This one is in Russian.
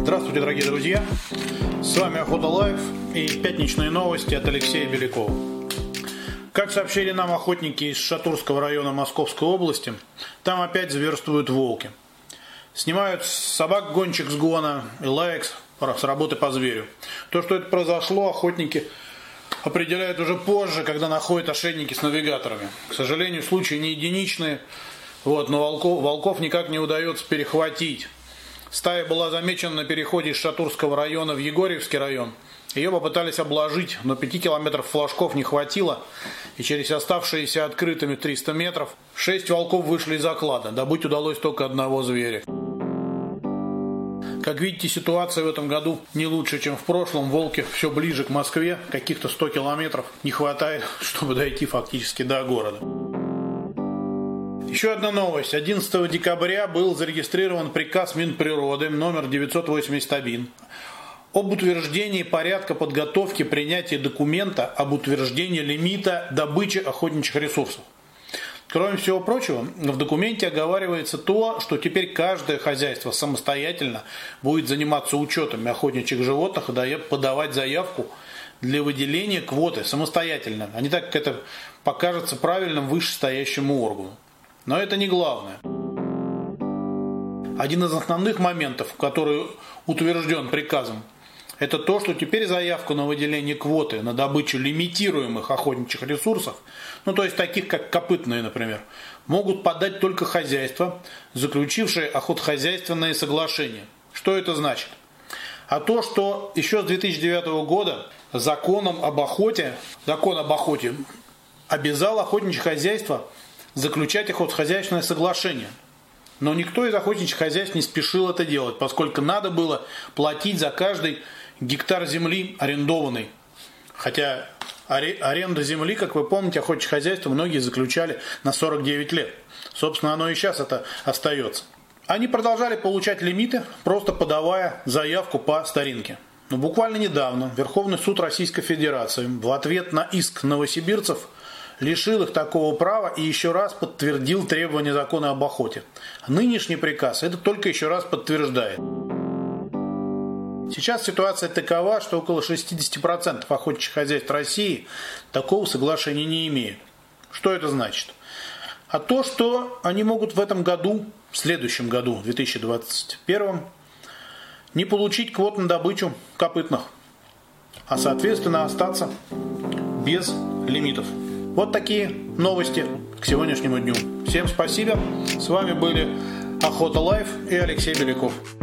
Здравствуйте, дорогие друзья! С вами Охота Лайв и пятничные новости от Алексея Белякова. Как сообщили нам охотники из Шатурского района Московской области, там опять зверствуют волки. Снимают собак-гонщик с гона и лаек с работы по зверю. То, что это произошло, охотники определяют уже позже, когда находят ошейники с навигаторами. К сожалению, случаи не единичные, но волков никак не удается перехватить. Стая была замечена на переходе из Шатурского района в Егорьевский район. Ее попытались обложить, но 5 километров флажков не хватило, и через оставшиеся открытыми 300 метров 6 волков вышли из оклада. Добыть удалось только одного зверя. Как видите, ситуация в этом году не лучше, чем в прошлом. Волки все ближе к Москве, каких-то 100 километров не хватает, чтобы дойти фактически до города. Еще одна новость. 11 декабря был зарегистрирован приказ Минприроды номер 981 об утверждении порядка подготовки принятия документа об утверждении лимита добычи охотничьих ресурсов. Кроме всего прочего, в документе оговаривается то, что теперь каждое хозяйство самостоятельно будет заниматься учетом охотничьих животных и подавать заявку для выделения квоты самостоятельно, а не так, как это покажется правильным вышестоящему органу. Но это не главное. Один из основных моментов, который утвержден приказом, это то, что теперь заявку на выделение квоты на добычу лимитируемых охотничьих ресурсов, то есть таких как копытные, например, могут подать только хозяйства, заключившие охотхозяйственные соглашения. Что это значит? А то, что еще с 2009 года закон об охоте обязал охотничьи хозяйства заключать охотхозяйственное соглашение. Но никто из охотничьих хозяйств не спешил это делать, поскольку надо было платить за каждый гектар земли арендованный. Хотя аренда земли, как вы помните, охотничьи хозяйства многие заключали на 49 лет. Собственно, оно и сейчас это остается. Они продолжали получать лимиты, просто подавая заявку по старинке. Но буквально недавно Верховный суд Российской Федерации в ответ на иск новосибирцев лишил их такого права и еще раз подтвердил требования закона об охоте. Нынешний приказ это только еще раз подтверждает. Сейчас ситуация такова, что около 60% охотничьих хозяйств России такого соглашения не имеют. Что это значит? А то, что они могут в этом году, в следующем году, в 2021, не получить квот на добычу копытных, а соответственно остаться без лимитов. Вот такие новости к сегодняшнему дню. Всем спасибо. С вами были Охота Лайв и Алексей Беляков.